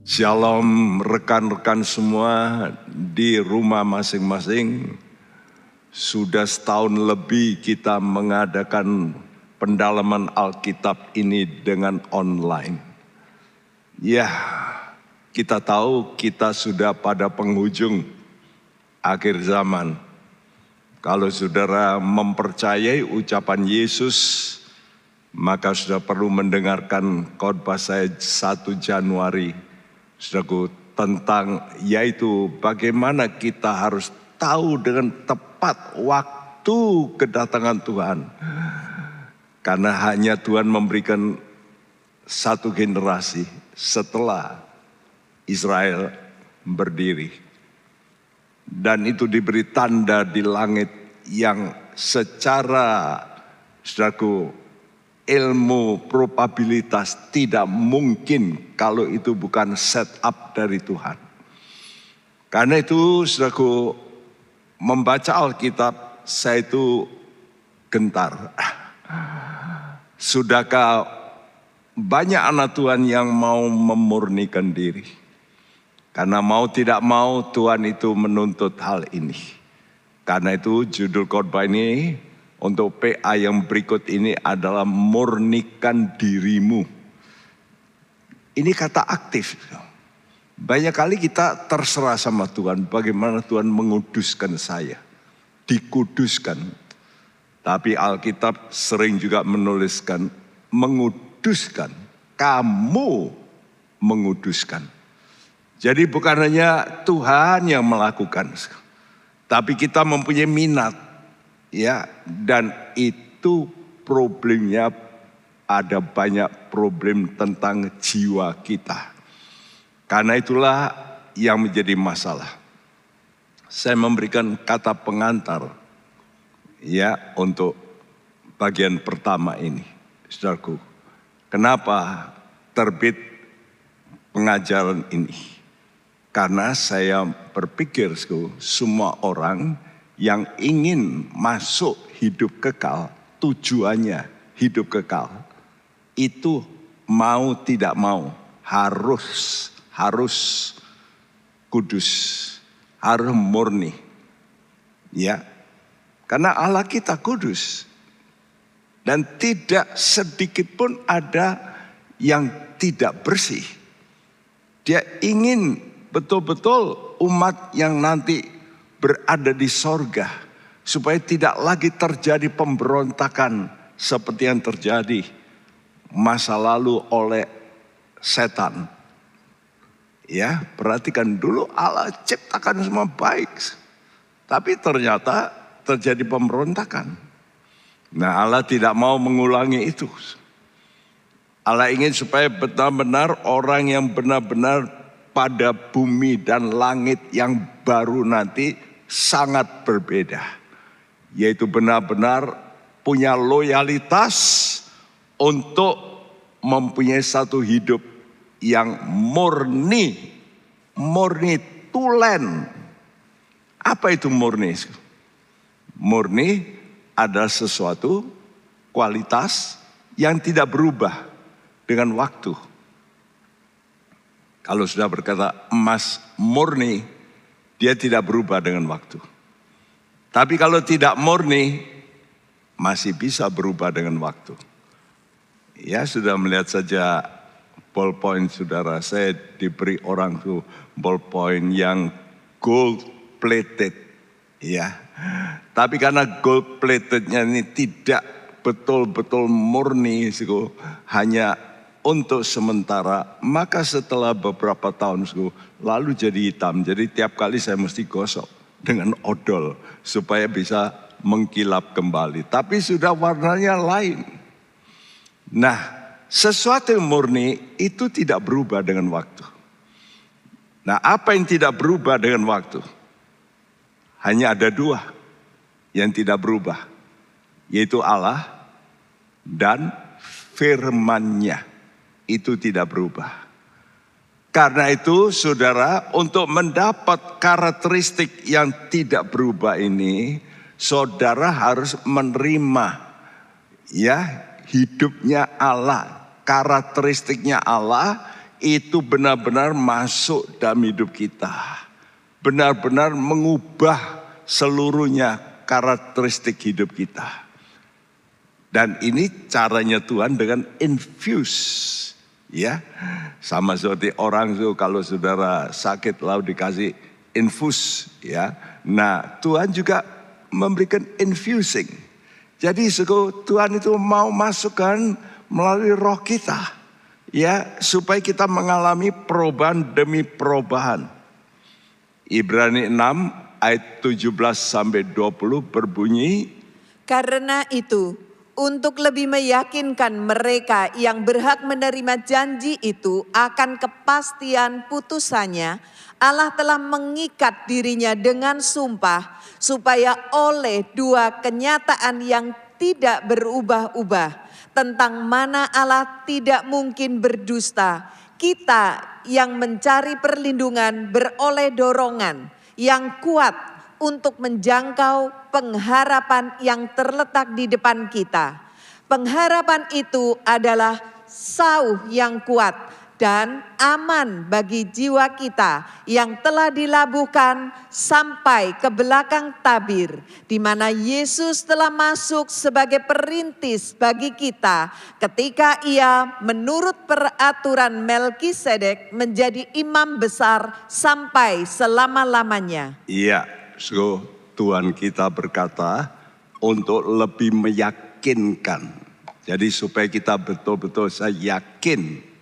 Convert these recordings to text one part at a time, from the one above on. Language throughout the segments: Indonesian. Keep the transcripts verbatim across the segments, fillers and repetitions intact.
Shalom rekan-rekan semua di rumah masing-masing. Sudah setahun lebih kita mengadakan pendalaman Alkitab ini dengan online. Ya, kita tahu kita sudah pada penghujung akhir zaman. Kalau saudara mempercayai ucapan Yesus, maka sudah perlu mendengarkan khotbah saya satu Januari. Saudaraku, tentang yaitu bagaimana kita harus tahu dengan tepat waktu kedatangan Tuhan. Karena hanya Tuhan memberikan satu generasi setelah Israel berdiri. Dan itu diberi tanda di langit yang secara, saudaraku, ilmu probabilitas tidak mungkin kalau itu bukan set up dari Tuhan. Karena itu, saudaraku, membaca Alkitab saya itu gentar. Sudahkah banyak anak Tuhan yang mau memurnikan diri? Karena mau tidak mau Tuhan itu menuntut hal ini. Karena itu judul khotbah ini untuk P A yang berikut ini adalah murnikan dirimu. Ini kata aktif. Banyak kali kita terserah sama Tuhan, bagaimana Tuhan menguduskan saya, dikuduskan. Tapi Alkitab sering juga menuliskan menguduskan, kamu menguduskan. Jadi bukan hanya Tuhan yang melakukan, tapi kita mempunyai minat. Ya, dan itu problemnya, ada banyak problem tentang jiwa kita. Karena itulah yang menjadi masalah. Saya memberikan kata pengantar ya untuk bagian pertama ini, saudaraku. Kenapa terbit pengajaran ini? Karena saya berpikir semua orang yang ingin masuk hidup kekal, tujuannya hidup kekal, itu mau tidak mau harus harus kudus, harus murni, ya. Karena Allah kita kudus dan tidak sedikit pun ada yang tidak bersih. Dia ingin betul-betul umat yang nanti berada di sorga, supaya tidak lagi terjadi pemberontakan seperti yang terjadi masa lalu oleh setan. Ya, perhatikan dulu Allah ciptakan semua baik, tapi ternyata terjadi pemberontakan. Nah, Allah tidak mau mengulangi itu. Allah ingin supaya benar-benar orang yang benar-benar pada bumi dan langit yang baru nanti sangat berbeda, yaitu benar-benar punya loyalitas untuk mempunyai satu hidup yang murni, murni tulen. Apa itu murni? Murni adalah sesuatu kualitas yang tidak berubah dengan waktu. Kalau sudah berkata emas murni, dia tidak berubah dengan waktu. Tapi kalau tidak murni, masih bisa berubah dengan waktu. Ya, sudah melihat saja ballpoint saudara. Saya diberi orang tuh ballpoint yang gold plated. Ya, tapi karena gold platednya ini tidak betul-betul murni, hanya untuk sementara, maka setelah beberapa tahun lalu jadi hitam. Jadi tiap kali saya mesti gosok dengan odol supaya bisa mengkilap kembali. Tapi sudah warnanya lain. Nah, sesuatu yang murni itu tidak berubah dengan waktu. Nah, apa yang tidak berubah dengan waktu? Hanya ada dua yang tidak berubah, yaitu Allah dan firman-Nya. Itu tidak berubah. Karena itu saudara, untuk mendapat karakteristik yang tidak berubah ini, saudara harus menerima ya hidupnya Allah, karakteristiknya Allah itu benar-benar masuk dalam hidup kita. Benar-benar mengubah seluruhnya karakteristik hidup kita. Dan ini caranya Tuhan dengan infuse. Ya, sama seperti orang itu kalau saudara sakit lalu dikasih infus. Ya, nah Tuhan juga memberikan infusing. Jadi Tuhan itu mau masukkan melalui roh kita. Ya, supaya kita mengalami perubahan demi perubahan. Ibrani enam ayat tujuh belas sampai dua puluh berbunyi, karena itu, untuk lebih meyakinkan mereka yang berhak menerima janji itu akan kepastian putusannya, Allah telah mengikat dirinya dengan sumpah, supaya oleh dua kenyataan yang tidak berubah-ubah, tentang mana Allah tidak mungkin berdusta, kita yang mencari perlindungan beroleh dorongan yang kuat untuk menjangkau pengharapan yang terletak di depan kita. Pengharapan itu adalah sauh yang kuat dan aman bagi jiwa kita yang telah dilabuhkan sampai ke belakang tabir, di mana Yesus telah masuk sebagai perintis bagi kita ketika ia menurut peraturan Melkisedek menjadi imam besar sampai selama-lamanya. Iya, so Tuhan kita berkata untuk lebih meyakinkan. Jadi supaya kita betul-betul saya yakin.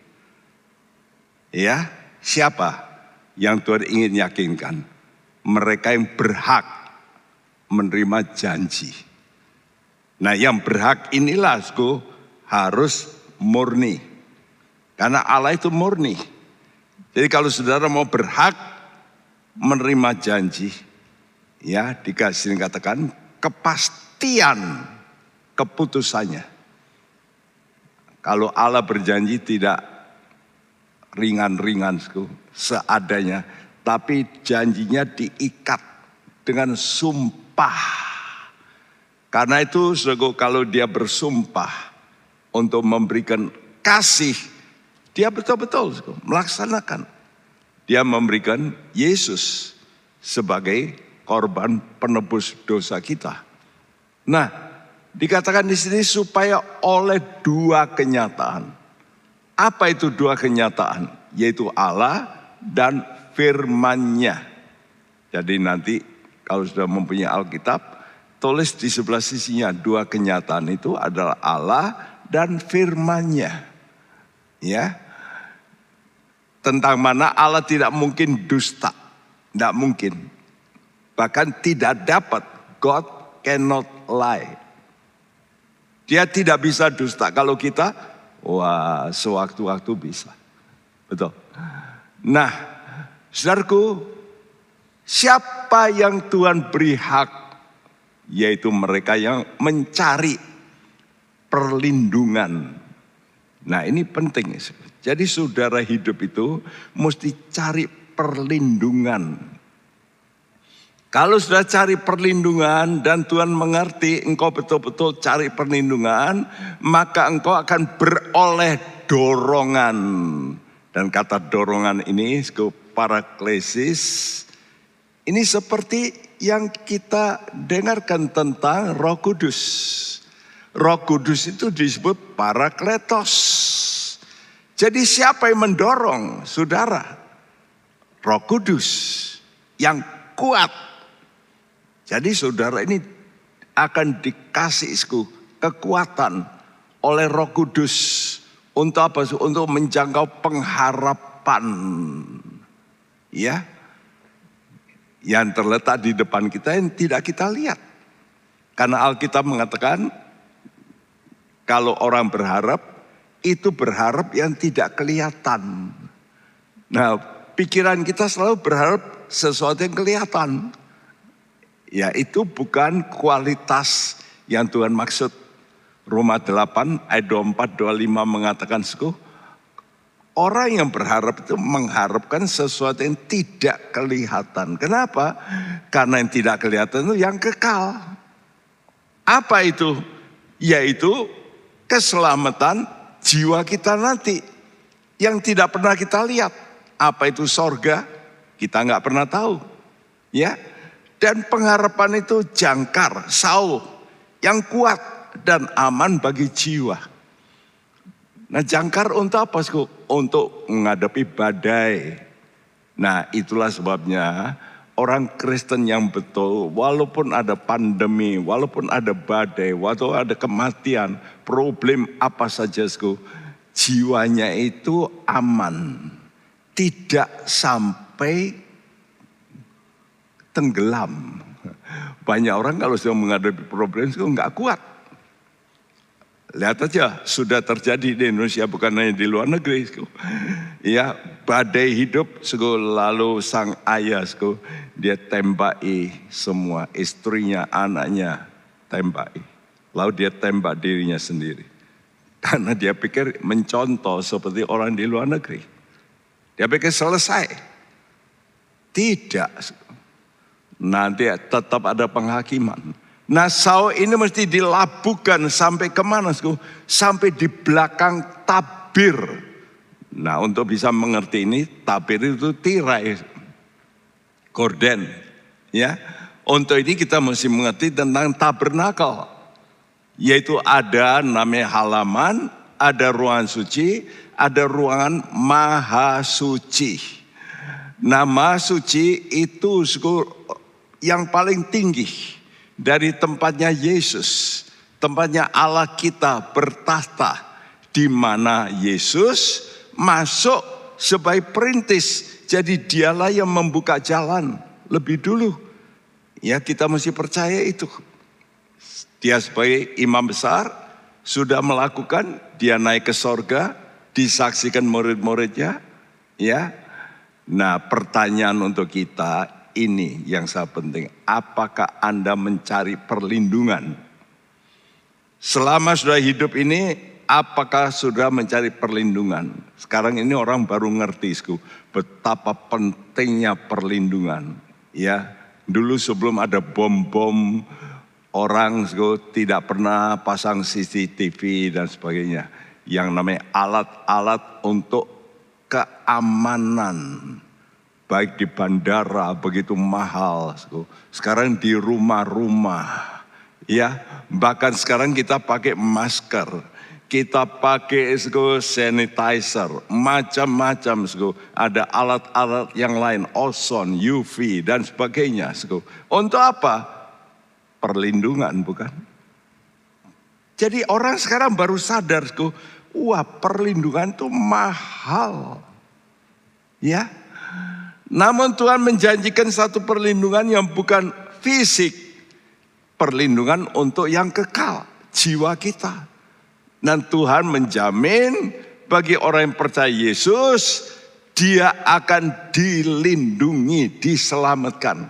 Ya, siapa yang Tuhan ingin yakinkan? Mereka yang berhak menerima janji. Nah, yang berhak inilah aku harus murni. Karena Allah itu murni. Jadi kalau saudara mau berhak menerima janji, ya dikasih katakan kepastian keputusannya. Kalau Allah berjanji tidak ringan-ringan seadanya, tapi janjinya diikat dengan sumpah. Karena itu kalau dia bersumpah untuk memberikan kasih, dia betul-betul melaksanakan. Dia memberikan Yesus sebagai korban penebus dosa kita. Nah, dikatakan di sini supaya oleh dua kenyataan. Apa itu dua kenyataan? Yaitu Allah dan firman-Nya. Jadi nanti kalau sudah mempunyai Alkitab, tulis di sebelah sisinya dua kenyataan itu adalah Allah dan firman-Nya. Ya. Tentang mana Allah tidak mungkin dusta. Tidak mungkin. Bahkan tidak dapat. God cannot lie. Dia tidak bisa dusta. Kalau kita, wah, sewaktu-waktu bisa. Betul. Nah, saudaraku, siapa yang Tuhan beri hak? Yaitu mereka yang mencari perlindungan. Nah, ini penting. Jadi saudara hidup itu mesti cari perlindungan. Kalau sudah cari perlindungan dan Tuhan mengerti engkau betul-betul cari perlindungan, maka engkau akan beroleh dorongan. Dan kata dorongan ini, paraklesis, ini seperti yang kita dengarkan tentang Roh Kudus. Roh Kudus itu disebut parakletos. Jadi siapa yang mendorong saudara? Roh Kudus yang kuat. Jadi saudara ini akan dikasih kekuatan oleh Roh Kudus untuk apa? Untuk menjangkau pengharapan, ya, yang terletak di depan kita yang tidak kita lihat. Karena Alkitab mengatakan kalau orang berharap itu berharap yang tidak kelihatan. Nah, pikiran kita selalu berharap sesuatu yang kelihatan. Ya, itu bukan kualitas yang Tuhan maksud. Roma delapan ayat dua puluh empat dua puluh lima mengatakan, orang yang berharap itu mengharapkan sesuatu yang tidak kelihatan. Kenapa? Karena yang tidak kelihatan itu yang kekal. Apa itu? Yaitu keselamatan jiwa kita nanti. yang tidak pernah kita lihat. Apa itu sorga? Kita nggak pernah tahu. Ya, dan pengharapan itu jangkar, Saul, yang kuat dan aman bagi jiwa. Nah, jangkar untuk apa? Untuk menghadapi badai. Nah, itulah sebabnya orang Kristen yang betul, walaupun ada pandemi, walaupun ada badai, walaupun ada kematian, problem apa saja, jiwanya itu aman. Tidak sampai tenggelam. Banyak orang kalau sudah menghadapi problem itu nggak kuat. Lihat aja, sudah terjadi di Indonesia, bukan hanya di luar negeri. Ya, badai hidup, lalu sang ayah, dia tembaki semua, istrinya, anaknya, tembaki. Lalu dia tembak dirinya sendiri. Karena dia pikir mencontoh seperti orang di luar negeri. Dia pikir selesai. Tidak. Nanti tetap ada penghakiman. Nah, Saul ini mesti dilabuhkan sampai kemana? Sampai di belakang tabir. Nah, untuk bisa mengerti ini, tabir itu tirai, gorden. Ya, untuk ini kita mesti mengerti tentang tabernakel. Yaitu ada namanya halaman, ada ruangan suci, ada ruangan maha suci. Nah, maha suci itu yang paling tinggi. Dari tempatnya Yesus, tempatnya Allah kita bertahta, di mana Yesus masuk sebagai perintis. Jadi dialah yang membuka jalan lebih dulu. Ya, kita mesti percaya itu. Dia sebagai imam besar sudah melakukan, dia naik ke sorga, disaksikan murid-muridnya. Ya, nah pertanyaan untuk kita. Ini yang saya penting, apakah Anda mencari perlindungan? Selama sudah hidup ini, apakah sudah mencari perlindungan? Sekarang ini orang baru ngerti, betapa pentingnya perlindungan. Ya, dulu sebelum ada bom-bom, orang tidak pernah pasang C C T V dan sebagainya. Yang namanya alat-alat untuk keamanan. Baik di bandara begitu mahal, sekarang di rumah-rumah, ya bahkan sekarang kita pakai masker, kita pakai sanitizer, macam-macam, ada alat-alat yang lain, ozon, U V dan sebagainya. Untuk apa? Perlindungan, bukan? Jadi orang sekarang baru sadar, wah perlindungan itu mahal, ya. Namun Tuhan menjanjikan satu perlindungan yang bukan fisik. Perlindungan untuk yang kekal, jiwa kita. Dan Tuhan menjamin bagi orang yang percaya Yesus, dia akan dilindungi, diselamatkan.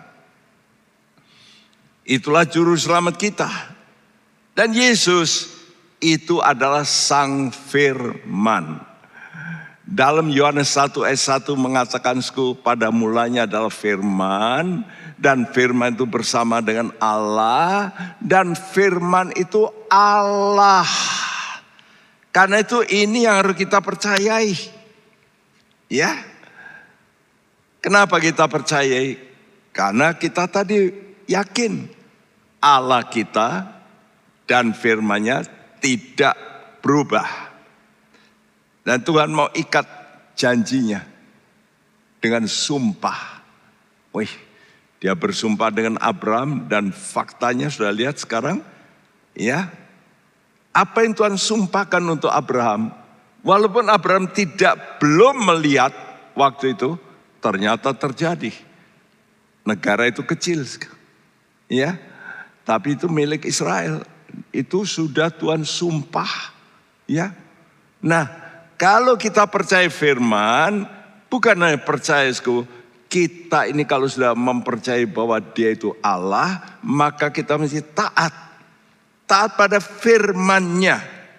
Itulah juru selamat kita. Dan Yesus itu adalah Sang Firman. Dalam Yohanes satu ayat satu mengatakan, pada mulanya adalah firman, dan firman itu bersama dengan Allah, dan firman itu Allah. Karena itu ini yang harus kita percayai. Ya. Kenapa kita percayai? Karena kita tadi yakin Allah kita dan firman-Nya tidak berubah. Dan Tuhan mau ikat janjinya dengan sumpah. Wih, dia bersumpah dengan Abraham dan faktanya sudah lihat sekarang. Ya, apa yang Tuhan sumpahkan untuk Abraham. Walaupun Abraham tidak belum melihat waktu itu, ternyata terjadi. Negara itu kecil, ya, tapi itu milik Israel. Itu sudah Tuhan sumpah, ya. Nah, kalau kita percaya firman, bukan hanya percaya, kita ini kalau sudah mempercayai bahwa dia itu Allah, maka kita mesti taat. Taat pada firman-Nya.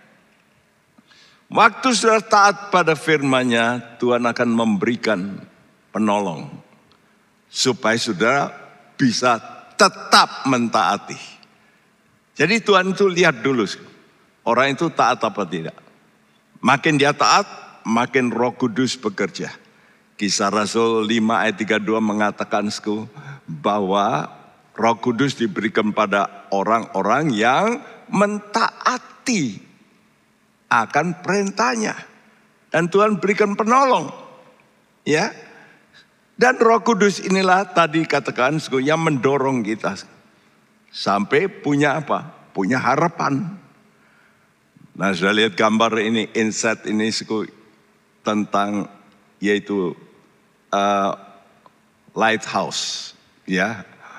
Waktu sudah taat pada firman-Nya, Tuhan akan memberikan penolong. Supaya saudara bisa tetap mentaati. Jadi Tuhan itu lihat dulu, orang itu taat apa tidak. Makin dia taat, makin Roh Kudus bekerja. Kisah Rasul lima ayat tiga puluh dua mengatakan bahwa Roh Kudus diberikan pada orang-orang yang mentaati akan perintahnya. Dan Tuhan berikan penolong. Ya. Dan Roh Kudus inilah tadi katakan yang mendorong kita. Sampai punya apa? Punya harapan. Nah, sudah lihat gambar ini, insight ini tentang yaitu uh, lighthouse, ya,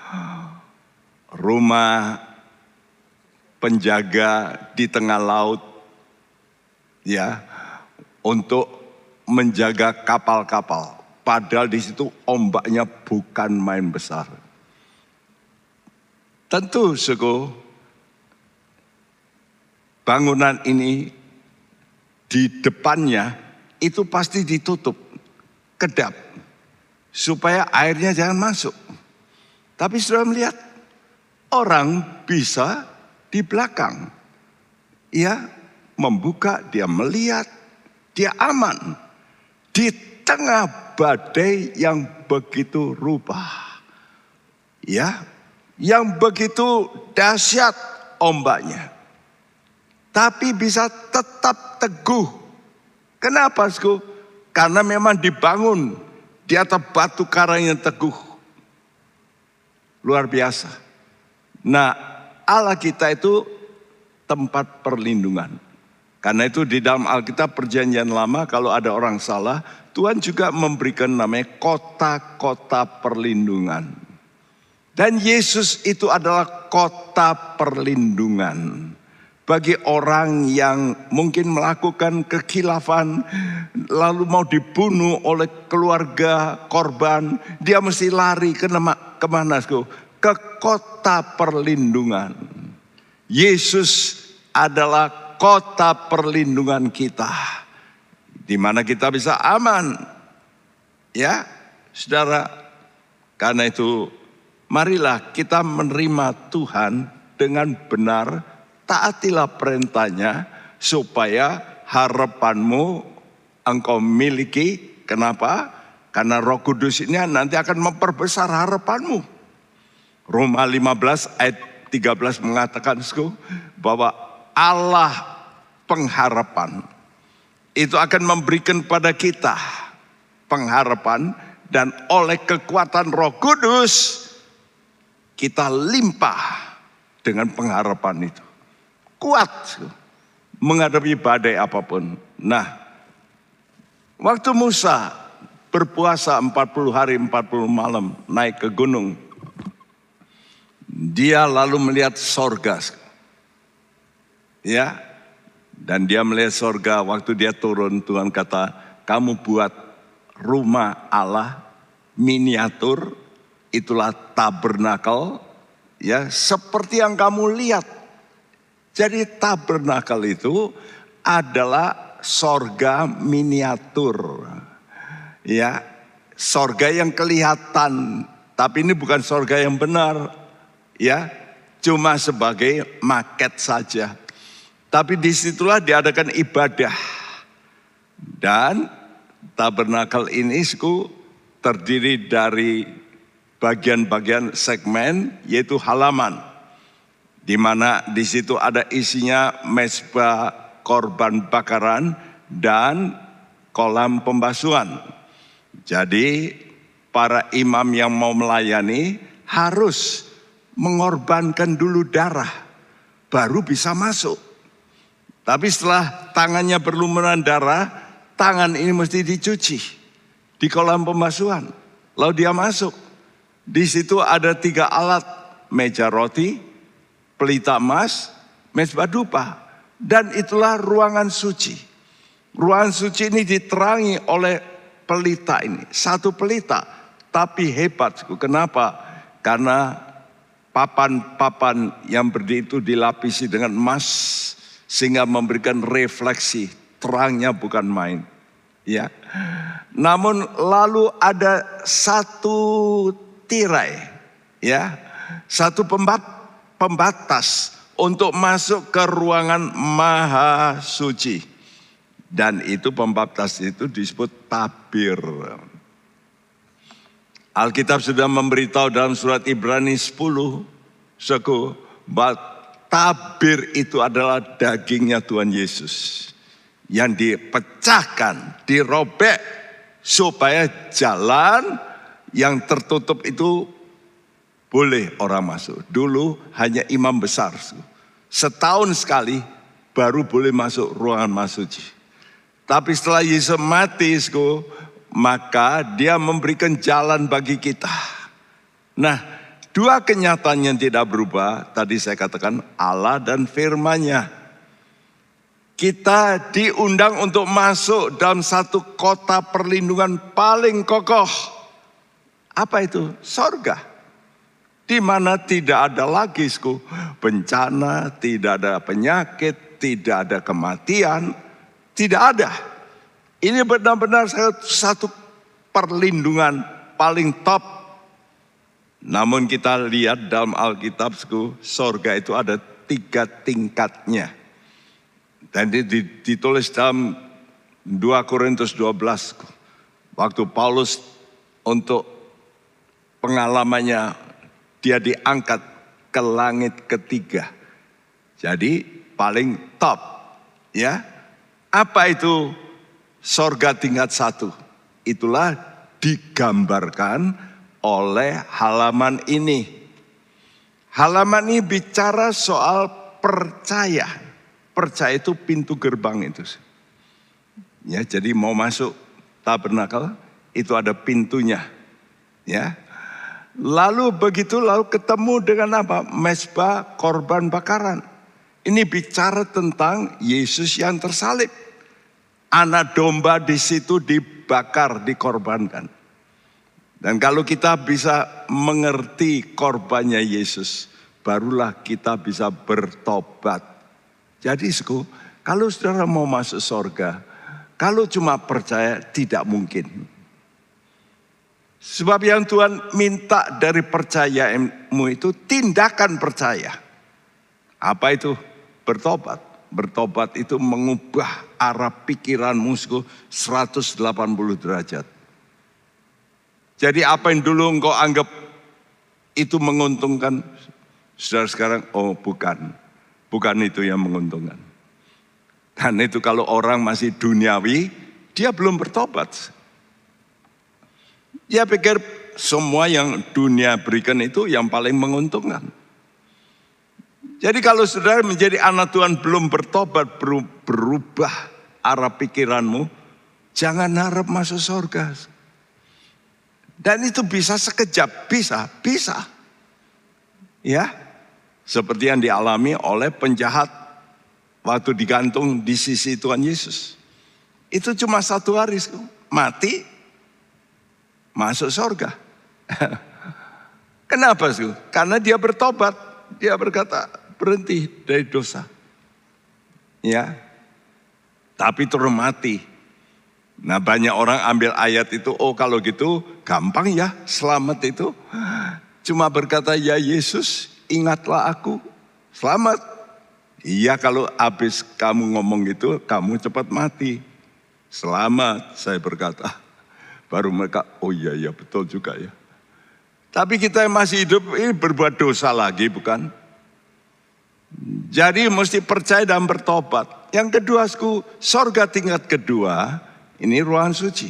rumah penjaga di tengah laut, ya, untuk menjaga kapal-kapal. Padahal di situ ombaknya bukan main besar. Tentu, suku, bangunan ini di depannya itu pasti ditutup, kedap, supaya airnya jangan masuk. Tapi sudah melihat, orang bisa di belakang. Ia membuka, dia melihat, dia aman. Di tengah badai yang begitu rupa. Ya, yang begitu dahsyat ombaknya. Tapi bisa tetap teguh. Kenapa, Sku? Karena memang dibangun di atas batu karang yang teguh. Luar biasa. Nah, Allah kita itu tempat perlindungan. Karena itu di dalam Alkitab Perjanjian Lama kalau ada orang salah, Tuhan juga memberikan namanya kota-kota perlindungan. Dan Yesus itu adalah kota perlindungan. Bagi orang yang mungkin melakukan kekhilafan, lalu mau dibunuh oleh keluarga korban, dia mesti lari ke kemana? Ke kota perlindungan. Yesus adalah kota perlindungan kita, di mana kita bisa aman, ya, saudara. Karena itu, marilah kita menerima Tuhan dengan benar. Taatilah perintahnya supaya harapanmu engkau miliki. Kenapa? Karena Roh Kudus ini nanti akan memperbesar harapanmu. Roma lima belas ayat tiga belas mengatakan bahwa Allah pengharapan itu akan memberikan pada kita pengharapan, dan oleh kekuatan Roh Kudus kita limpah dengan pengharapan itu. Kuat menghadapi badai apapun. Nah, waktu Musa berpuasa empat puluh hari empat puluh malam naik ke gunung, dia lalu melihat sorga. Ya, dan dia melihat sorga. Waktu dia turun, Tuhan kata, kamu buat rumah Allah miniatur, itulah tabernakel, ya, seperti yang kamu lihat. Jadi tabernakel itu adalah sorga miniatur. Ya, sorga yang kelihatan, tapi ini bukan sorga yang benar. Ya, cuma sebagai maket saja. Tapi disitulah diadakan ibadah. Dan tabernakel ini terdiri dari bagian-bagian segmen, yaitu halaman. Di mana di situ ada isinya mezbah korban bakaran dan kolam pembasuhan. Jadi para imam yang mau melayani harus mengorbankan dulu darah, baru bisa masuk. Tapi setelah tangannya berlumuran darah, tangan ini mesti dicuci di kolam pembasuhan. Lalu dia masuk. Di situ ada tiga alat, meja roti, pelita emas, mezbah dupa. Dan itulah ruangan suci. Ruangan suci ini diterangi oleh pelita ini. Satu pelita, tapi hebat. Kenapa? Karena papan-papan yang berdiri itu dilapisi dengan emas, sehingga memberikan refleksi. Terangnya bukan main. Ya. Namun lalu ada satu tirai, ya, satu pembat pembatas untuk masuk ke ruangan maha suci. Dan itu pembaptis itu disebut tabir. Alkitab sudah memberitahu dalam surat Ibrani sepuluh, suku, bahwa tabir itu adalah dagingnya Tuhan Yesus. Yang dipecahkan, dirobek, supaya jalan yang tertutup itu boleh orang masuk. Dulu hanya imam besar. Setahun sekali baru boleh masuk ruangan masuci. Tapi setelah Yesus mati, maka dia memberikan jalan bagi kita. Nah, dua kenyataan yang tidak berubah, tadi saya katakan Allah dan firman-Nya. Kita diundang untuk masuk dalam satu kota perlindungan paling kokoh. Apa itu? Sorga. Di mana tidak ada lagi bencana, tidak ada penyakit, tidak ada kematian, tidak ada. Ini benar-benar satu perlindungan paling top. Namun kita lihat dalam Alkitab, sorga itu ada tiga tingkatnya. Dan ditulis dalam dua Korintus dua belas. Waktu Paulus untuk pengalamannya, dia diangkat ke langit ketiga. Jadi paling top. Ya, apa itu sorga tingkat satu? Itulah digambarkan oleh halaman ini. Halaman ini bicara soal percaya. Percaya itu pintu gerbang itu. Ya, jadi mau masuk tabernakel itu ada pintunya. Ya. Lalu begitu lalu ketemu dengan apa? Mezbah korban bakaran. Ini bicara tentang Yesus yang tersalib. Anak domba di situ dibakar, dikorbankan. Dan kalau kita bisa mengerti korbannya Yesus, barulah kita bisa bertobat. Jadi kalau saudara mau masuk surga, kalau cuma percaya tidak mungkin. Sebab yang Tuhan minta dari percayamu itu tindakan percaya. Apa itu? Bertobat. Bertobat itu mengubah arah pikiranmu seratus delapan puluh derajat. Jadi apa yang dulu engkau anggap itu menguntungkan, saudara sekarang, oh bukan. Bukan itu yang menguntungkan. Dan itu kalau orang masih duniawi, dia belum bertobat. Dia pikir semua yang dunia berikan itu yang paling menguntungkan. Jadi kalau saudara menjadi anak Tuhan belum bertobat, berubah arah pikiranmu, jangan harap masuk surga. Dan itu bisa sekejap, bisa, bisa. Ya. Seperti yang dialami oleh penjahat waktu digantung di sisi Tuhan Yesus. Itu cuma satu hari, mati, masuk surga. Kenapa? Karena dia bertobat, dia berkata berhenti dari dosa. Ya, tapi terus mati. Nah banyak orang ambil ayat itu, oh kalau gitu gampang ya selamat itu. Cuma berkata ya Yesus, ingatlah aku, selamat. Iya kalau habis kamu ngomong gitu, kamu cepat mati. Selamat, saya berkata. Baru mereka, oh iya, iya betul juga ya. Tapi kita yang masih hidup ini berbuat dosa lagi bukan? Jadi mesti percaya dan bertobat. Yang kedua, sorga tingkat kedua, ini ruangan suci.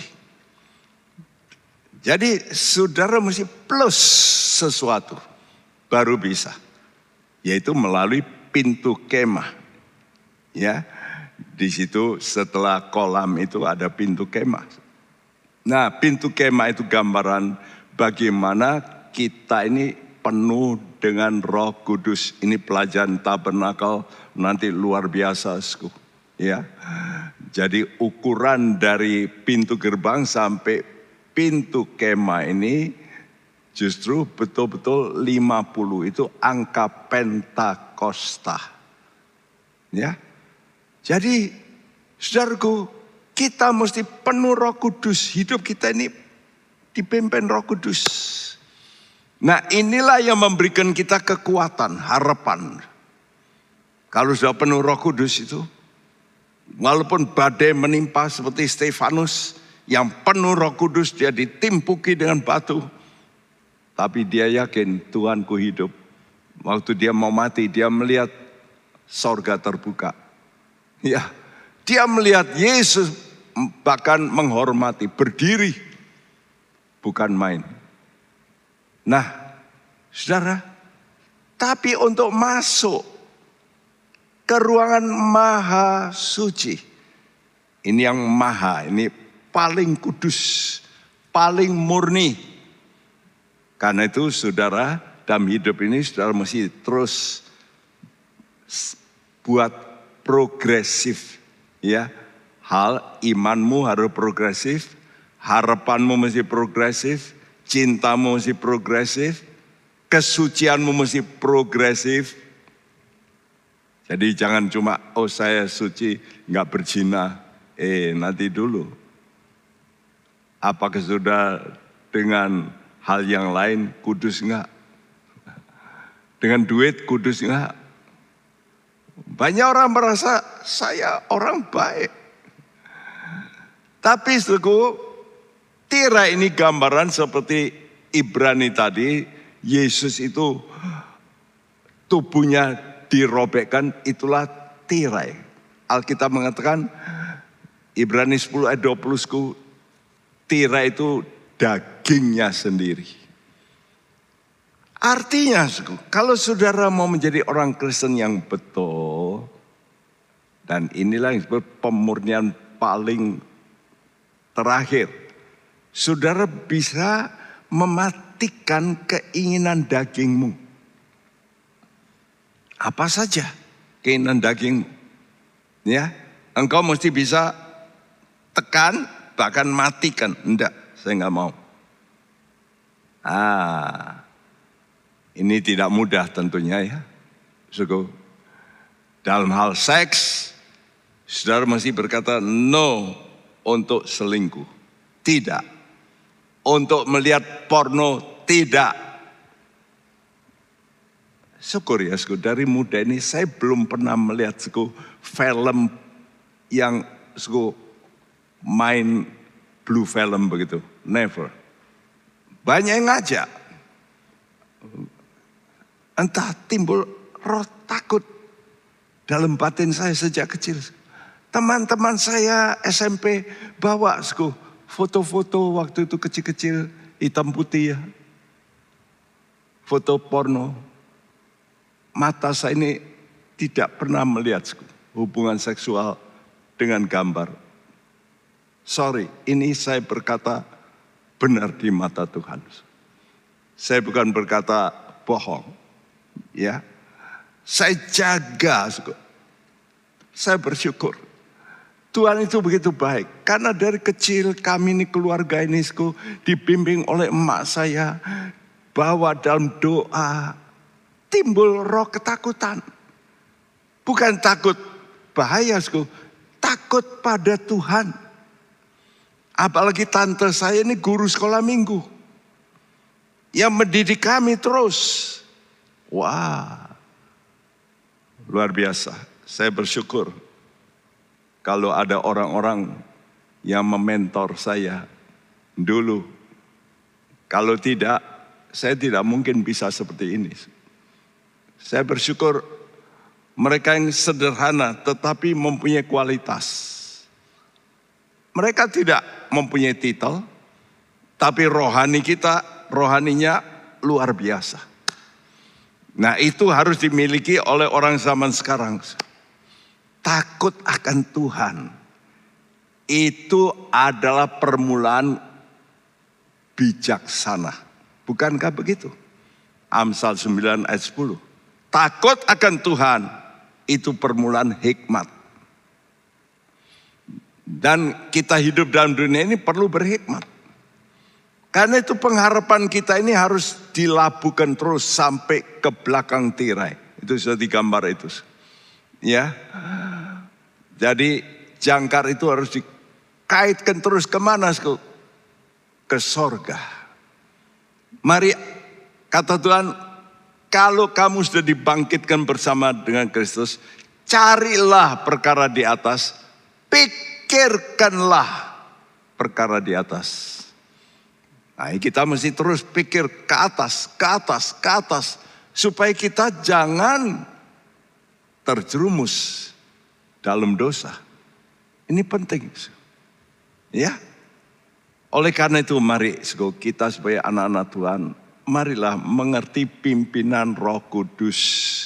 Jadi saudara mesti plus sesuatu. Baru bisa, yaitu melalui pintu kemah. Ya, di situ setelah kolam itu ada pintu kemah. Nah, pintu kemah itu gambaran bagaimana kita ini penuh dengan Roh Kudus. Ini pelajaran tabernakel nanti luar biasa, ya. Jadi ukuran dari pintu gerbang sampai pintu kemah ini justru betul-betul lima puluh itu angka Pentakosta. Ya. Jadi saudaraku, kita mesti penuh Roh Kudus. Hidup kita ini dipimpin Roh Kudus. Nah inilah yang memberikan kita kekuatan, harapan. Kalau sudah penuh Roh Kudus itu, Walaupun badai menimpa seperti Stefanus yang penuh Roh Kudus, dia ditimpuki dengan batu. Tapi dia yakin Tuhanku hidup. Waktu dia mau mati, dia melihat sorga terbuka. Ya, dia melihat Yesus bahkan menghormati, berdiri. Bukan main. Nah, saudara, tapi untuk masuk ke ruangan maha suci, ini yang maha, ini paling kudus, paling murni. Karena itu saudara, dalam hidup ini saudara mesti terus buat progresif. Ya, hal imanmu harus progresif, harapanmu mesti progresif, cintamu mesti progresif, kesucianmu mesti progresif. Jadi jangan cuma, oh saya suci, nggak berzina. Eh nanti dulu. Apakah sudah dengan hal yang lain kudus enggak? Dengan duit kudus enggak? Banyak orang merasa saya orang baik. Tapi saudaraku, tirai ini gambaran seperti Ibrani tadi. Yesus itu tubuhnya dirobekkan, itulah tirai. Alkitab mengatakan Ibrani sepuluh ayat dua puluh, tirai itu dagingnya sendiri. Artinya, kalau saudara mau menjadi orang Kristen yang betul, dan inilah yang disebut pemurnian paling terakhir, saudara bisa mematikan keinginan dagingmu. Apa saja keinginan dagingmu, ya, engkau mesti bisa tekan, bahkan matikan. Enggak, saya nggak mau. Ah, ini tidak mudah tentunya ya. Suku. Dalam hal seks, saudara mesti berkata no untuk selingkuh. Tidak. Untuk melihat porno, tidak. Syukur ya, syukur. Dari muda ini saya belum pernah melihat syukur, film yang syukur, main blue film begitu. Never. Banyak yang ngajak. Entah timbul roh takut dalam batin saya sejak kecil. Teman-teman saya S M P bawa syukur, foto-foto waktu itu kecil-kecil, hitam putih ya. Foto porno. Mata saya ini tidak pernah melihat syukur, hubungan seksual dengan gambar. Sorry, ini saya berkata benar di mata Tuhan. Saya bukan berkata bohong. Ya, saya jaga. Saya bersyukur. Tuhan itu begitu baik. Karena dari kecil kami ini keluarga ini dibimbing oleh emak saya. Bahwa dalam doa timbul roh ketakutan. Bukan takut bahaya, takut pada Tuhan. Apalagi tante saya ini guru sekolah minggu. Yang mendidik kami terus. Wah, luar biasa. Saya bersyukur kalau ada orang-orang yang mementor saya dulu. Kalau tidak, saya tidak mungkin bisa seperti ini. Saya bersyukur mereka yang sederhana tetapi mempunyai kualitas. Mereka tidak mempunyai titel, tapi rohani kita, rohaninya luar biasa. Nah itu harus dimiliki oleh orang zaman sekarang. Takut akan Tuhan. Itu adalah permulaan bijaksana. Bukankah begitu? Amsal sembilan ayat sepuluh. Takut akan Tuhan, itu permulaan hikmat. Dan kita hidup dalam dunia ini perlu berhikmat. Karena itu pengharapan kita ini harus dilabuhkan terus sampai ke belakang tirai. Itu sudah digambar itu. Ya. Jadi jangkar itu harus dikaitkan terus kemana? Ke sorga. Mari kata Tuhan, kalau kamu sudah dibangkitkan bersama dengan Kristus, carilah perkara di atas, pikirkanlah perkara di atas. Nah, kita mesti terus pikir ke atas, ke atas, ke atas. Supaya kita jangan terjerumus dalam dosa. Ini penting. Ya. Oleh karena itu mari kita sebagai anak-anak Tuhan, marilah mengerti pimpinan Roh Kudus.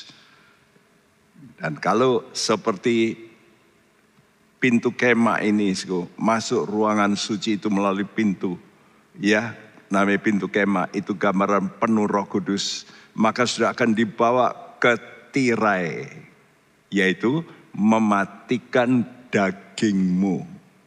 Dan kalau seperti pintu kemah ini, masuk ruangan suci itu melalui pintu, ya, namanya pintu kemah, itu gambaran penuh Roh Kudus, maka sudah akan dibawa ke tirai, yaitu mematikan dagingmu.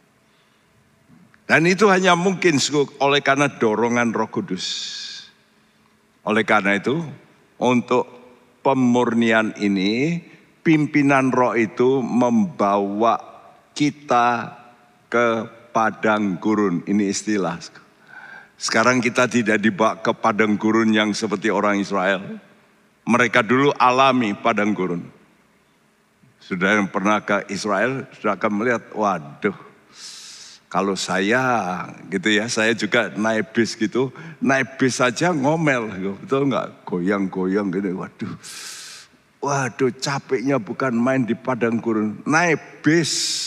Dan itu hanya mungkin oleh karena dorongan Roh Kudus. Oleh karena itu, untuk pemurnian ini, pimpinan Roh itu membawa kita ke padang gurun. Ini istilah. Sekarang kita tidak dibawa ke padang gurun yang seperti orang Israel. Mereka dulu alami padang gurun. Sudah yang pernah ke Israel, sudah akan melihat, waduh, kalau saya gitu ya, saya juga naik bis gitu, naik bis saja ngomel, betul nggak? Goyang-goyang gitu, waduh. Waduh, capeknya bukan main di padang gurun, naik bis.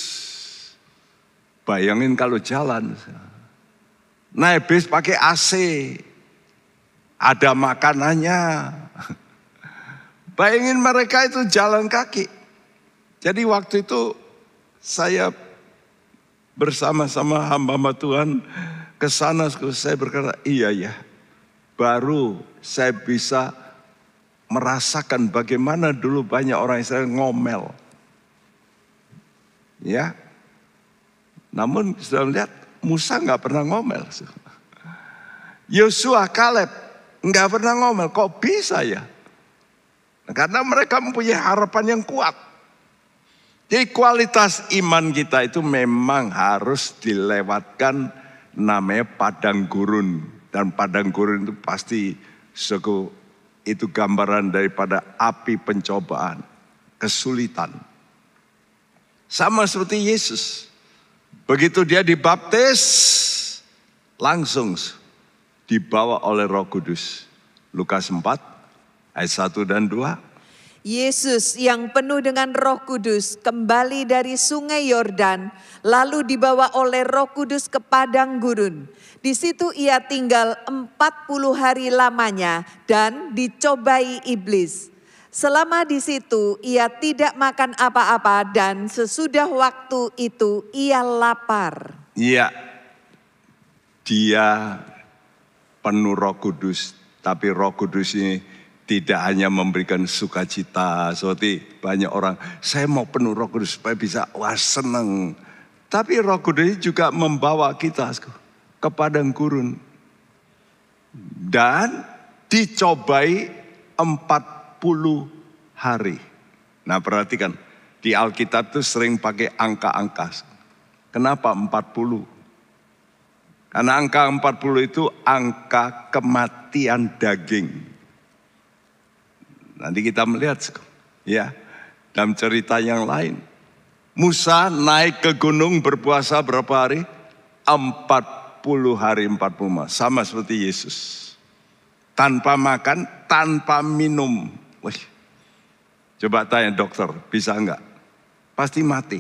Bayangin kalau jalan. Naik bis pakai A C. Ada makanannya. Bayangin mereka itu jalan kaki. Jadi waktu itu saya bersama-sama hamba-hamba Tuhan ke sana, saya berkata, iya ya, baru saya bisa merasakan bagaimana dulu banyak orang Israel ngomel. Ya. Namun sudah melihat Musa nggak pernah ngomel. Yosua, Kaleb nggak pernah ngomel. Kok bisa ya? Karena mereka mempunyai harapan yang kuat. Jadi kualitas iman kita itu memang harus dilewatkan, namanya padang gurun. Dan padang gurun itu pasti suku, itu gambaran daripada api pencobaan, kesulitan. Sama seperti Yesus. Begitu dia dibaptis, langsung dibawa oleh Roh Kudus. Lukas empat ayat satu dan dua. Yesus yang penuh dengan Roh Kudus kembali dari sungai Yordan, lalu dibawa oleh Roh Kudus ke padang gurun. Di situ ia tinggal empat puluh hari lamanya dan dicobai iblis. Selama di situ ia tidak makan apa-apa dan sesudah waktu itu ia lapar. Iya, dia penuh Roh Kudus, tapi Roh Kudus ini tidak hanya memberikan sukacita seperti banyak orang, saya mau penuh Roh Kudus supaya bisa wah senang. Tapi Roh Kudus juga membawa kita ke padang gurun. Dan dicobai empat puluh hari. Nah perhatikan, di Alkitab itu sering pakai angka-angka. Kenapa empat puluh? Karena angka empat puluh itu angka kematian daging. Nanti kita melihat ya dalam cerita yang lain. Musa naik ke gunung berpuasa berapa hari? empat puluh hari empat puluh malam. Sama seperti Yesus. Tanpa makan, tanpa minum. Wih. Coba tanya dokter, bisa enggak? Pasti mati.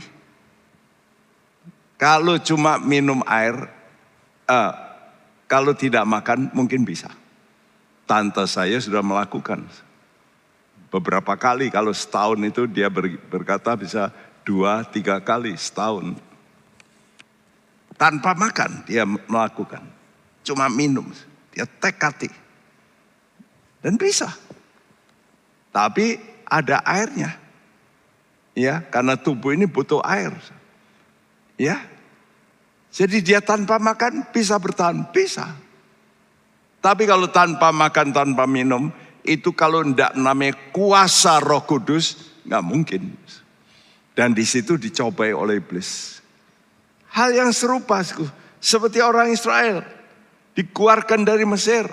Kalau cuma minum air, uh, kalau tidak makan mungkin bisa. Tante saya sudah melakukan. Beberapa kali, kalau setahun itu dia berkata bisa dua, tiga kali setahun. Tanpa makan dia melakukan. Cuma minum, dia tekati. Dan bisa. Tapi ada airnya. Ya, karena tubuh ini butuh air. Ya. Jadi dia tanpa makan bisa bertahan, bisa. Tapi kalau tanpa makan, tanpa minum, itu kalau tidak namanya kuasa Roh Kudus, nggak mungkin. Dan di situ dicobai oleh iblis. Hal yang serupa seperti orang Israel dikeluarkan dari Mesir.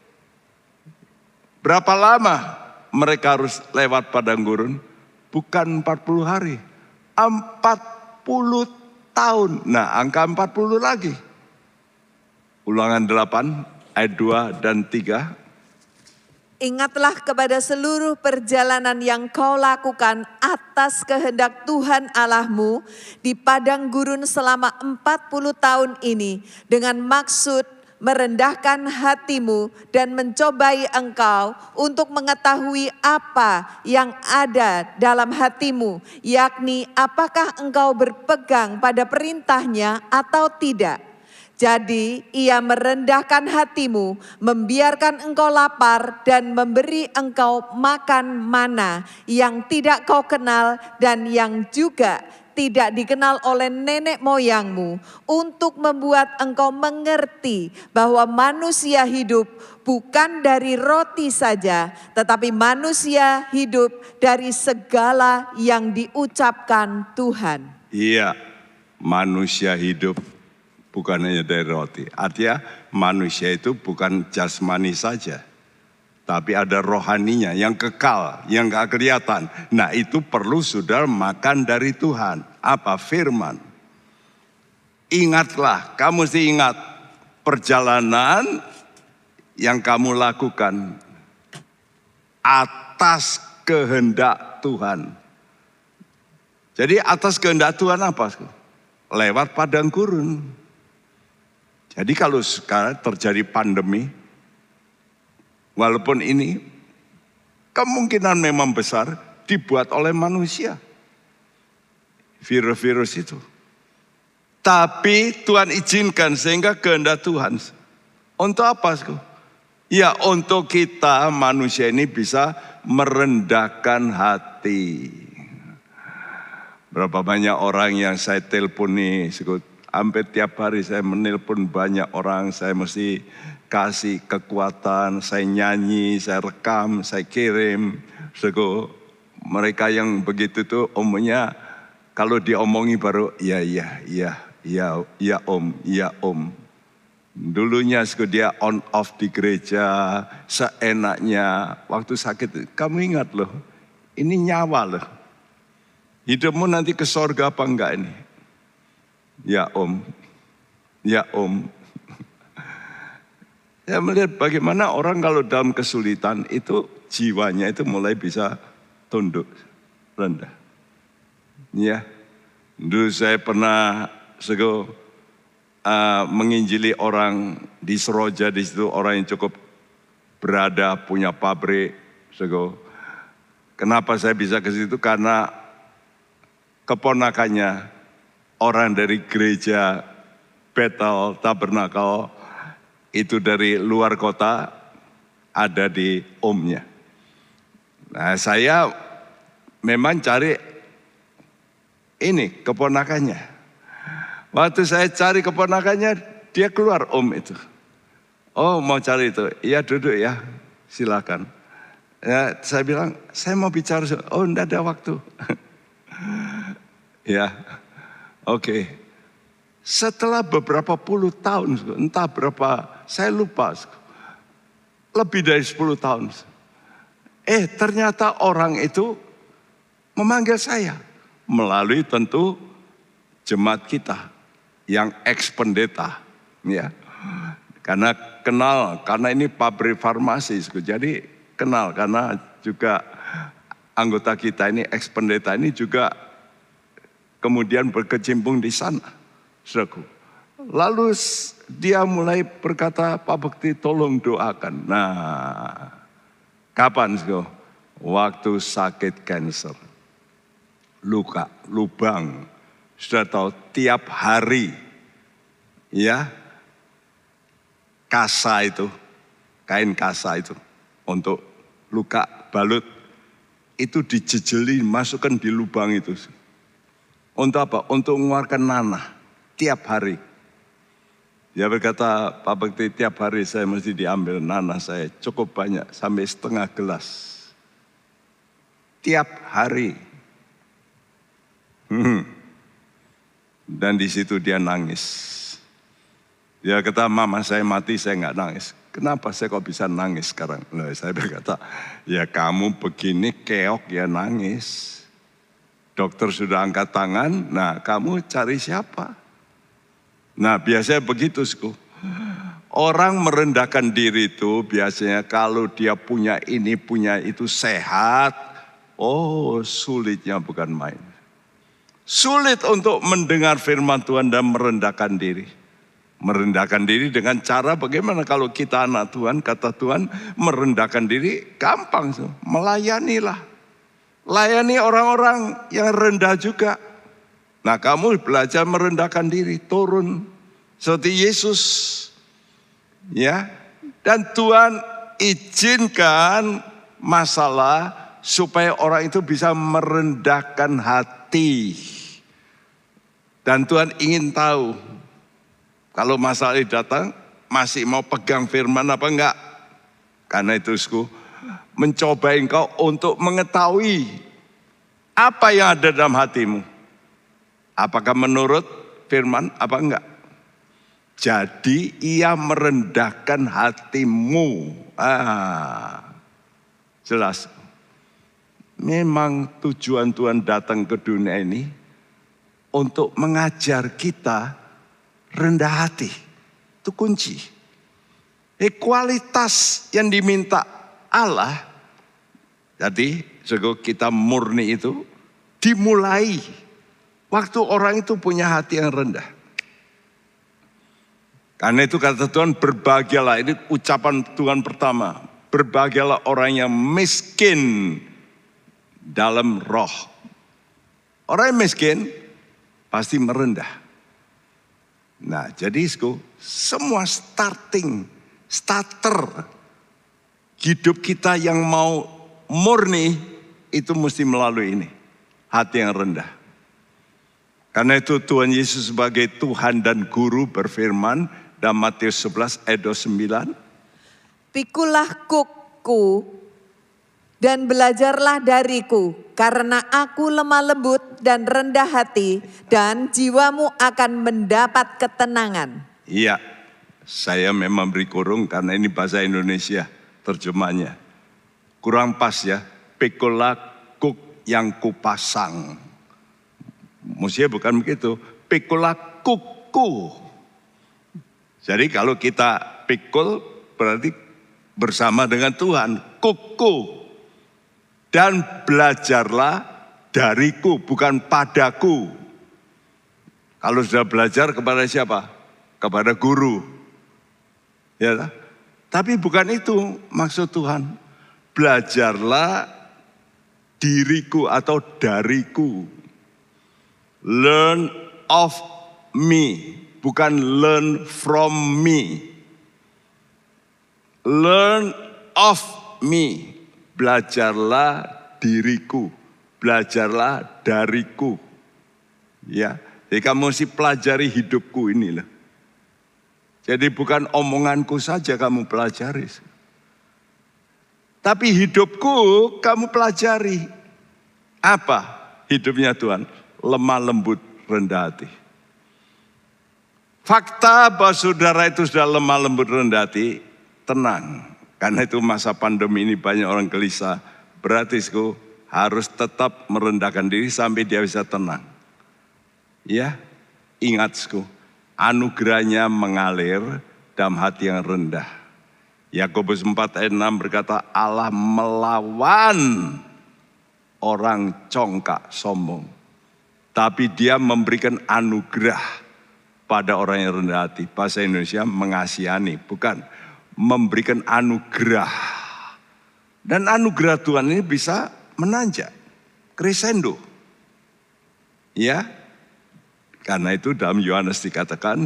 Berapa lama mereka harus lewat padang gurun? Bukan empat puluh hari, empat puluh tahun. Nah, angka empat puluh lagi. Ulangan delapan ayat dua dan tiga. Ingatlah kepada seluruh perjalanan yang kau lakukan atas kehendak Tuhan Allahmu di padang gurun selama empat puluh tahun ini dengan maksud merendahkan hatimu dan mencobai engkau untuk mengetahui apa yang ada dalam hatimu, yakni apakah engkau berpegang pada perintahnya atau tidak. Jadi ia merendahkan hatimu, membiarkan engkau lapar dan memberi engkau makan mana yang tidak kau kenal dan yang juga tidak dikenal oleh nenek moyangmu, untuk membuat engkau mengerti bahwa manusia hidup bukan dari roti saja, tetapi manusia hidup dari segala yang diucapkan Tuhan. Iya, manusia hidup bukan hanya dari roti. Artinya manusia itu bukan jasmani saja, tapi ada rohaninya yang kekal, yang gak kelihatan. Nah itu perlu saudara makan dari Tuhan. Apa? Firman. Ingatlah, kamu mesti ingat perjalanan yang kamu lakukan atas kehendak Tuhan. Jadi atas kehendak Tuhan apa? Lewat padang gurun. Jadi kalau sekarang terjadi pandemi, walaupun ini kemungkinan memang besar dibuat oleh manusia, virus-virus itu. Tapi Tuhan izinkan sehingga kehendak Tuhan. Untuk apa? Ya untuk kita manusia ini bisa merendahkan hati. Berapa banyak orang yang saya telepon nih, hampir tiap hari saya menelpon banyak orang, saya mesti kasih kekuatan, saya nyanyi, saya rekam, saya kirim. Sego, mereka yang begitu tuh umumnya kalau diomongi baru iya iya iya iya iya om iya om. Dulunya sego dia on off di gereja seenaknya, waktu sakit. Kamu ingat loh, ini nyawa loh. Hidupmu nanti ke sorga apa enggak ini? Ya om, ya om. Saya melihat bagaimana orang kalau dalam kesulitan itu jiwanya itu mulai bisa tunduk, rendah. Ya, dulu saya pernah sego uh, menginjili orang di Seroja, di situ orang yang cukup berada, punya pabrik. Sego, kenapa saya bisa ke situ? Karena keponakannya orang dari gereja Bethel Tabernakel itu dari luar kota ada di omnya. Nah saya memang cari ini keponakannya. Waktu saya cari keponakannya dia keluar om itu. Oh mau cari itu, iya duduk ya silakan. Ya, saya bilang saya mau bicara, oh enggak ada waktu. Ya. Oke, okay. Setelah beberapa puluh tahun, entah berapa, saya lupa, lebih dari sepuluh tahun. Eh ternyata orang itu memanggil saya melalui tentu jemaat kita yang ex-pendeta. Ya. Karena kenal, karena ini pabrik farmasi, jadi kenal karena juga anggota kita ini ex-pendeta ini juga kemudian berkecimpung di sana, saudaraku. Lalu dia mulai berkata, Pak Bekti tolong doakan. Nah, kapan saudara? Waktu sakit kanker, luka, lubang. Sudah tahu tiap hari, ya, kasa itu, kain kasa itu untuk luka balut itu dijejeli, masukkan di lubang itu. Untuk apa? Untuk mengeluarkan nanah tiap hari. Dia berkata, Pak Bekti tiap hari saya mesti diambil nanah saya cukup banyak sampai setengah gelas. Tiap hari. Hmm. Dan di situ dia nangis. Dia kata, mama saya mati saya nggak nangis. Kenapa saya kok bisa nangis sekarang? Nah, saya berkata, ya kamu begini keok ya nangis. Dokter sudah angkat tangan, nah kamu cari siapa? Nah biasanya begitu, Sku. Orang merendahkan diri itu biasanya kalau dia punya ini, punya itu, sehat. Oh, sulitnya bukan main. Sulit untuk mendengar firman Tuhan dan merendahkan diri. Merendahkan diri dengan cara bagaimana? Kalau kita anak Tuhan, kata Tuhan, merendahkan diri gampang. Melayanilah. Layani orang-orang yang rendah juga. Nah kamu belajar merendahkan diri, turun seperti Yesus. Ya, dan Tuhan izinkan masalah supaya orang itu bisa merendahkan hati. Dan Tuhan ingin tahu, kalau masalah ini datang, masih mau pegang firman apa enggak? Karena itu, Sku, mencoba engkau untuk mengetahui apa yang ada dalam hatimu. Apakah menurut firman apa enggak? Jadi ia merendahkan hatimu. Ah, jelas. Memang tujuan Tuhan datang ke dunia ini untuk mengajar kita rendah hati. Itu kunci. Eh, kualitas yang diminta Allah. Jadi kita murni itu dimulai waktu orang itu punya hati yang rendah. Karena itu kata Tuhan, berbahagialah, ini ucapan Tuhan pertama. Berbahagialah orang yang miskin dalam roh. Orang yang miskin pasti merendah. Nah jadi semua starting, starter hidup kita yang mau murni itu mesti melalui ini. Hati yang rendah. Karena itu Tuhan Yesus sebagai Tuhan dan Guru berfirman, dalam Matius sebelas ayat dua puluh sembilan. Pikulah kukku dan belajarlah dariku, karena aku lemah lembut dan rendah hati, dan jiwamu akan mendapat ketenangan. Iya, saya memang beri kurung karena ini bahasa Indonesia terjemahnya. Kurang pas ya, pikulah kuk yang kupasang. Mestinya bukan begitu, pikulah kukku. Jadi kalau kita pikul berarti bersama dengan Tuhan, kuku. Dan belajarlah dariku, bukan padaku. Kalau sudah belajar kepada siapa? Kepada guru. Ya, tapi bukan itu maksud Tuhan. Belajarlah diriku atau dariku. Learn of me. Bukan learn from me. Learn of me. Belajarlah diriku. Belajarlah dariku. Ya, jadi kamu mesti pelajari hidupku ini loh. Jadi bukan omonganku saja kamu pelajari. Tapi hidupku kamu pelajari. Apa hidupnya Tuhan? Lemah lembut, rendah hati. Fakta bahwa saudara itu sudah lemah lembut rendah hati, tenang. Karena itu masa pandemi ini banyak orang gelisah. Berarti harus tetap merendahkan diri sampai dia bisa tenang. Ya, ingat anugerahnya mengalir dalam hati yang rendah. Yakobus empat ayat enam berkata, Allah melawan orang congkak sombong. Tapi dia memberikan anugerah pada orang yang rendah hati. Bahasa Indonesia mengasihani, bukan memberikan anugerah. Dan anugerah Tuhan ini bisa menanjak, crescendo. Ya, karena itu dalam Yohanes dikatakan,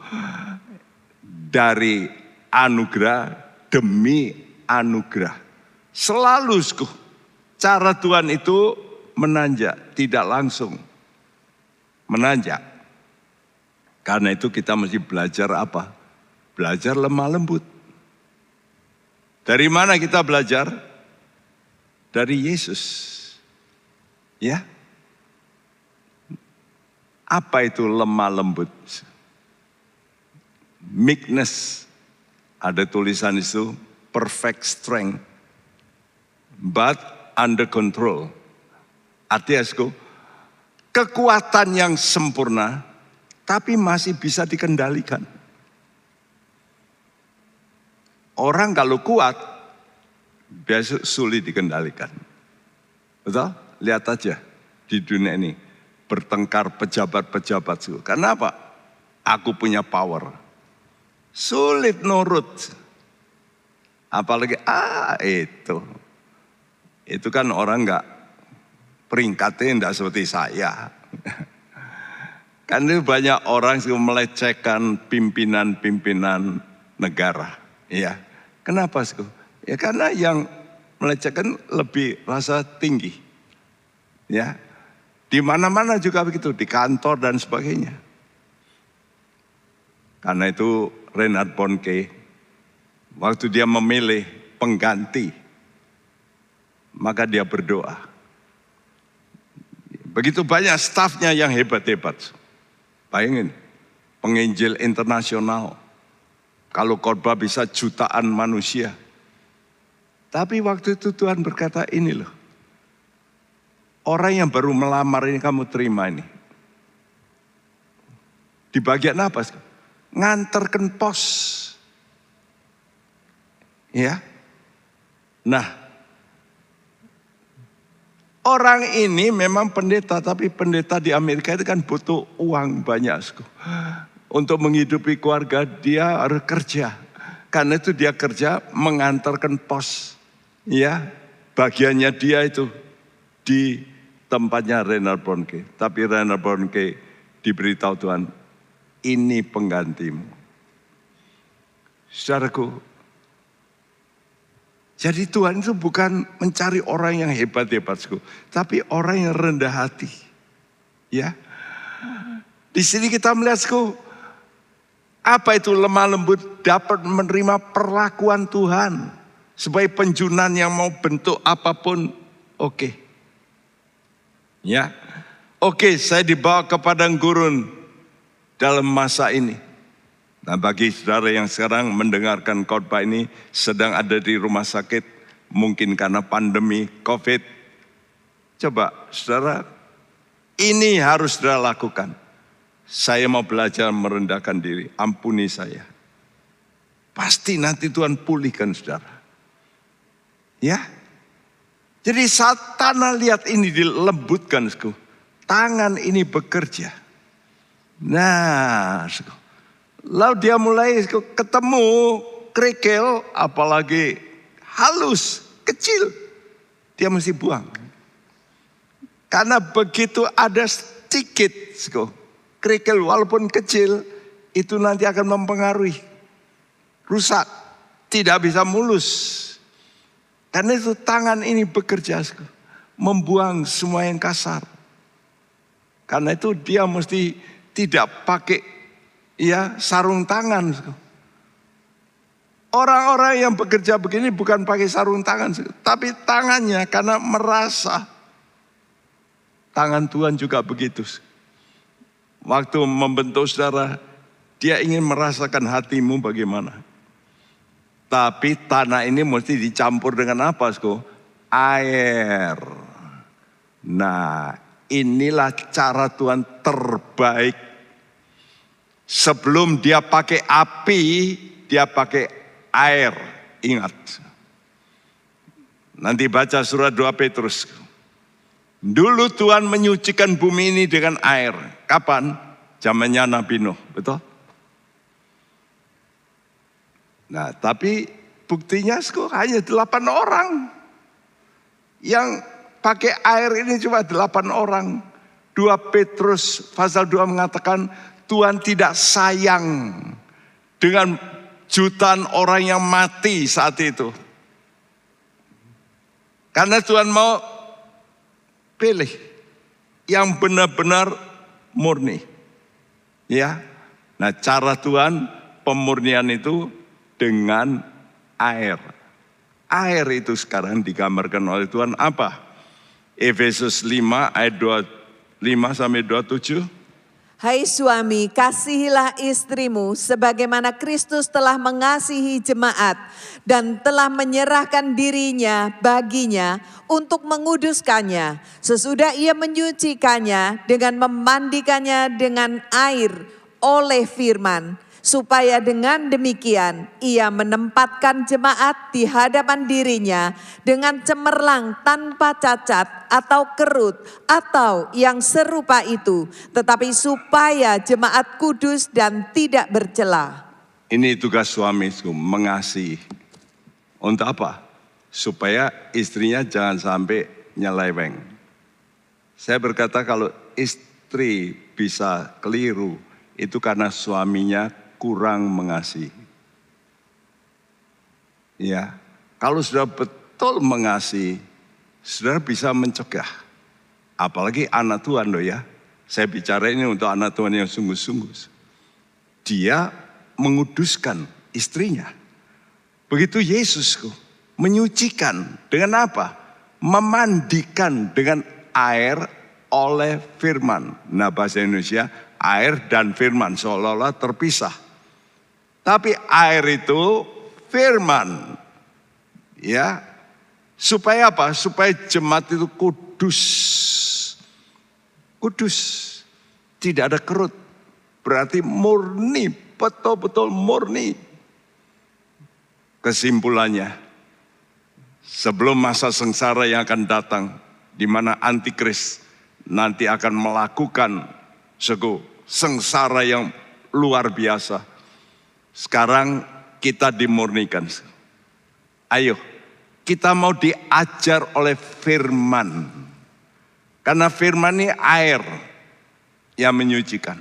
dari anugerah demi anugerah. Selalu, cara Tuhan itu menanjak, tidak langsung menanjak. Karena itu kita mesti belajar apa? Belajar lemah lembut. Dari mana kita belajar? Dari Yesus. Ya. Apa itu lemah lembut? Meekness. Ada tulisan itu, perfect strength. But under control. Artinya, kekuatan yang sempurna, tapi masih bisa dikendalikan. Orang kalau kuat, biasa sulit dikendalikan. Betul? Lihat aja di dunia ini, bertengkar pejabat-pejabat. Karena apa? Aku punya power. Sulit nurut. Apalagi, ah itu. Itu kan orang enggak, peringkatnya enggak seperti saya. Kan itu banyak orang yang melecehkan pimpinan-pimpinan negara. Ya, kenapa sih? Ya karena yang melecehkan lebih rasa tinggi. Ya, di mana-mana juga begitu, di kantor dan sebagainya. Karena itu Reinhard Bonnke, waktu dia memilih pengganti, maka dia berdoa. Begitu banyak stafnya yang hebat-hebat. Bayangin, penginjil internasional. Kalau khotbah bisa jutaan manusia. Tapi waktu itu Tuhan berkata ini loh. Orang yang baru melamar ini kamu terima ini. Di bagian apa? Nganterkan pos. Ya. Nah. Orang ini memang pendeta, tapi pendeta di Amerika itu kan butuh uang banyak. Untuk menghidupi keluarga dia harus kerja. Karena itu dia kerja mengantarkan pos. Ya, bagiannya dia itu di tempatnya Reinhard Bonnke. Tapi Reinhard Bonnke diberitahu Tuhan, ini penggantimu. Saudaraku, jadi Tuhan itu bukan mencari orang yang hebat-hebat, tapi orang yang rendah hati. Ya, di sini kita melihat, apa itu lemah lembut, dapat menerima perlakuan Tuhan. Sebagai penjunan yang mau bentuk apapun, oke. Okay. Ya, oke, okay, saya dibawa ke padang gurun dalam masa ini. Nah, bagi saudara yang sekarang mendengarkan khotbah ini sedang ada di rumah sakit, mungkin karena pandemi COVID. Coba saudara, ini harus saudara lakukan. Saya mau belajar merendahkan diri, ampuni saya. Pasti nanti Tuhan pulihkan saudara. Ya, jadi saat tanah liat ini dilembutkan, tangan ini bekerja. Nah, lalu dia mulai ketemu kerikil, apalagi halus, kecil, dia mesti buang. Karena begitu ada sedikit kerikil walaupun kecil, itu nanti akan mempengaruhi, rusak, tidak bisa mulus. Karena itu tangan ini bekerja, membuang semua yang kasar. Karena itu dia mesti tidak pakai ya sarung tangan. Orang-orang yang bekerja begini bukan pakai sarung tangan, tapi tangannya karena merasa. Tangan Tuhan juga begitu. Waktu membentuk saudara, dia ingin merasakan hatimu bagaimana. Tapi tanah ini mesti dicampur dengan apa, sko? Air. Nah, inilah cara Tuhan terbaik. Sebelum dia pakai api, dia pakai air. Ingat. Nanti baca surat dua Petrus. Dulu Tuhan menyucikan bumi ini dengan air. Kapan? Zamannya Nabi Nuh, betul? Nah, tapi buktinya kok hanya delapan orang. Yang pakai air ini cuma delapan orang. dua Petrus pasal dua mengatakan Tuhan tidak sayang dengan jutaan orang yang mati saat itu. Karena Tuhan mau pilih yang benar-benar murni. Ya. Nah, cara Tuhan pemurnian itu dengan air. Air itu sekarang digambarkan oleh Tuhan apa? Efesus lima ayat dua puluh lima sampai dua puluh tujuh. Hai suami, kasihilah istrimu sebagaimana Kristus telah mengasihi jemaat dan telah menyerahkan dirinya baginya untuk menguduskannya. Sesudah ia menyucikannya dengan memandikannya dengan air oleh firman, supaya dengan demikian ia menempatkan jemaat di hadapan dirinya dengan cemerlang tanpa cacat atau kerut atau yang serupa itu, tetapi supaya jemaat kudus dan tidak bercela. Ini tugas suami, mengasihi. Untuk apa? Supaya istrinya jangan sampai nyeleweng. Saya berkata kalau istri bisa keliru, itu karena suaminya kurang mengasihi. Ya, kalau sudah betul mengasihi, saudara bisa mencegah. Apalagi anak Tuhan loh ya. Saya bicara ini untuk anak Tuhan yang sungguh-sungguh. Dia menguduskan istrinya. Begitu Yesus menyucikan dengan apa? Memandikan dengan air oleh firman. Nah bahasa Indonesia, air dan firman seolah-olah terpisah. Tapi air itu firman. Ya. Supaya apa? Supaya jemaat itu kudus. Kudus. Tidak ada kerut. Berarti murni, betul-betul murni. Kesimpulannya, sebelum masa sengsara yang akan datang, di mana antikris nanti akan melakukan sego sengsara yang luar biasa. Sekarang kita dimurnikan. Ayo, kita mau diajar oleh firman. Karena firman ini air yang menyucikan.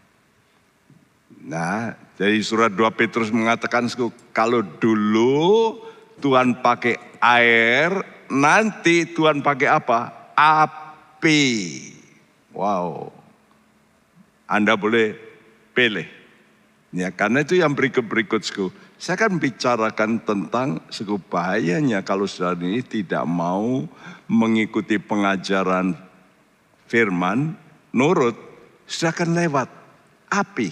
Nah, jadi surat dua Petrus mengatakan kalau dulu Tuhan pakai air, nanti Tuhan pakai apa? Api. Wow. Anda boleh pilih. Ya, karena itu yang berikut-berikut, saya akan bicarakan tentang suku bahayanya kalau saudara ini tidak mau mengikuti pengajaran firman, nurut, sudah akan lewat api.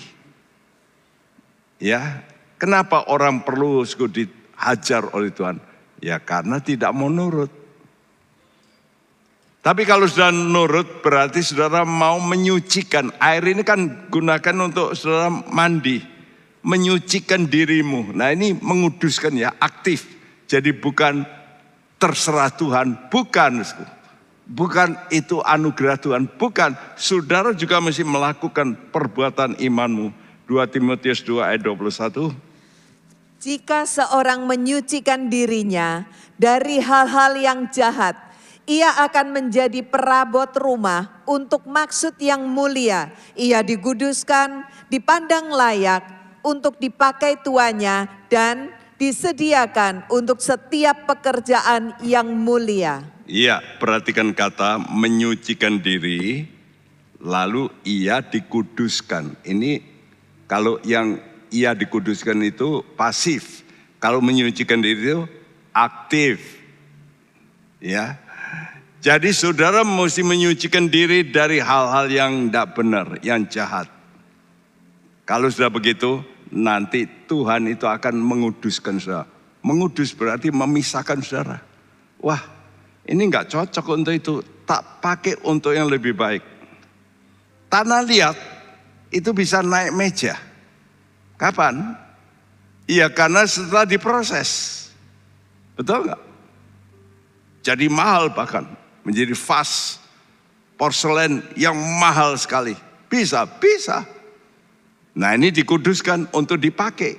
Ya, kenapa orang perlu suku dihajar oleh Tuhan? Ya karena tidak mau nurut. Tapi kalau sudah nurut berarti saudara mau menyucikan. Air ini kan gunakan untuk saudara mandi. Menyucikan dirimu. Nah ini menguduskan ya, aktif. Jadi bukan terserah Tuhan, bukan. Bukan itu anugerah Tuhan, bukan. Saudara juga mesti melakukan perbuatan imanmu. dua Timotius dua ayat dua puluh satu. Jika seorang menyucikan dirinya dari hal-hal yang jahat, ia akan menjadi perabot rumah untuk maksud yang mulia. Ia dikuduskan, dipandang layak untuk dipakai tuannya dan disediakan untuk setiap pekerjaan yang mulia. Iya, perhatikan kata menyucikan diri, lalu ia dikuduskan. Ini kalau yang ia dikuduskan itu pasif. Kalau menyucikan diri itu aktif. Ya. Jadi saudara mesti menyucikan diri dari hal-hal yang tidak benar, yang jahat. Kalau sudah begitu, nanti Tuhan itu akan menguduskan saudara. Mengudus berarti memisahkan saudara. Wah, ini enggak cocok untuk itu. Tak pakai untuk yang lebih baik. Tanah liat itu bisa naik meja. Kapan? Iya karena setelah diproses. Betul enggak? Jadi mahal bahkan. Menjadi vas porselen yang mahal sekali. Bisa, bisa. Nah ini dikuduskan untuk dipakai.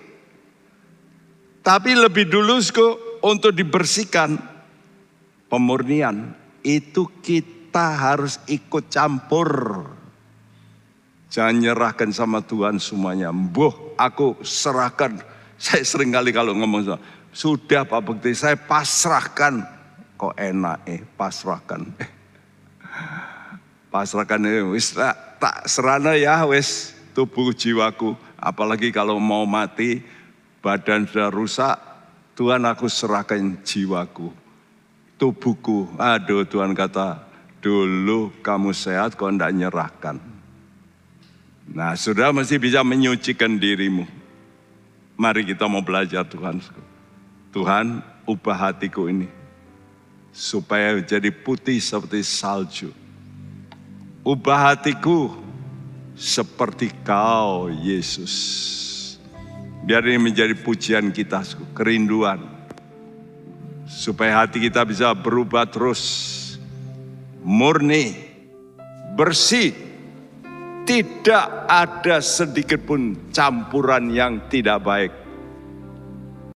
Tapi lebih dulu untuk dibersihkan. Pemurnian. Itu kita harus ikut campur. Jangan nyerahkan sama Tuhan semuanya. Mbuh aku serahkan. Saya sering kali kalau ngomong sama. Sudah Pak Bekti saya pasrahkan. Kok enak eh pasrahkan. Pasrahkan eh wis tak serana ya wis tubuh jiwaku. Apalagi kalau mau mati badan sudah rusak. Tuhan aku serahkan jiwaku. Tubuhku. Aduh Tuhan kata dulu kamu sehat kok enggak nyerahkan. Nah, saudara mesti bisa menyucikan dirimu. Mari kita mau belajar Tuhan. Tuhan, ubah hatiku ini supaya jadi putih seperti salju. Ubah hatiku seperti Kau, Yesus. Biar ini menjadi pujian kita, kerinduan. Supaya hati kita bisa berubah terus. Murni, bersih. Tidak ada sedikit pun campuran yang tidak baik.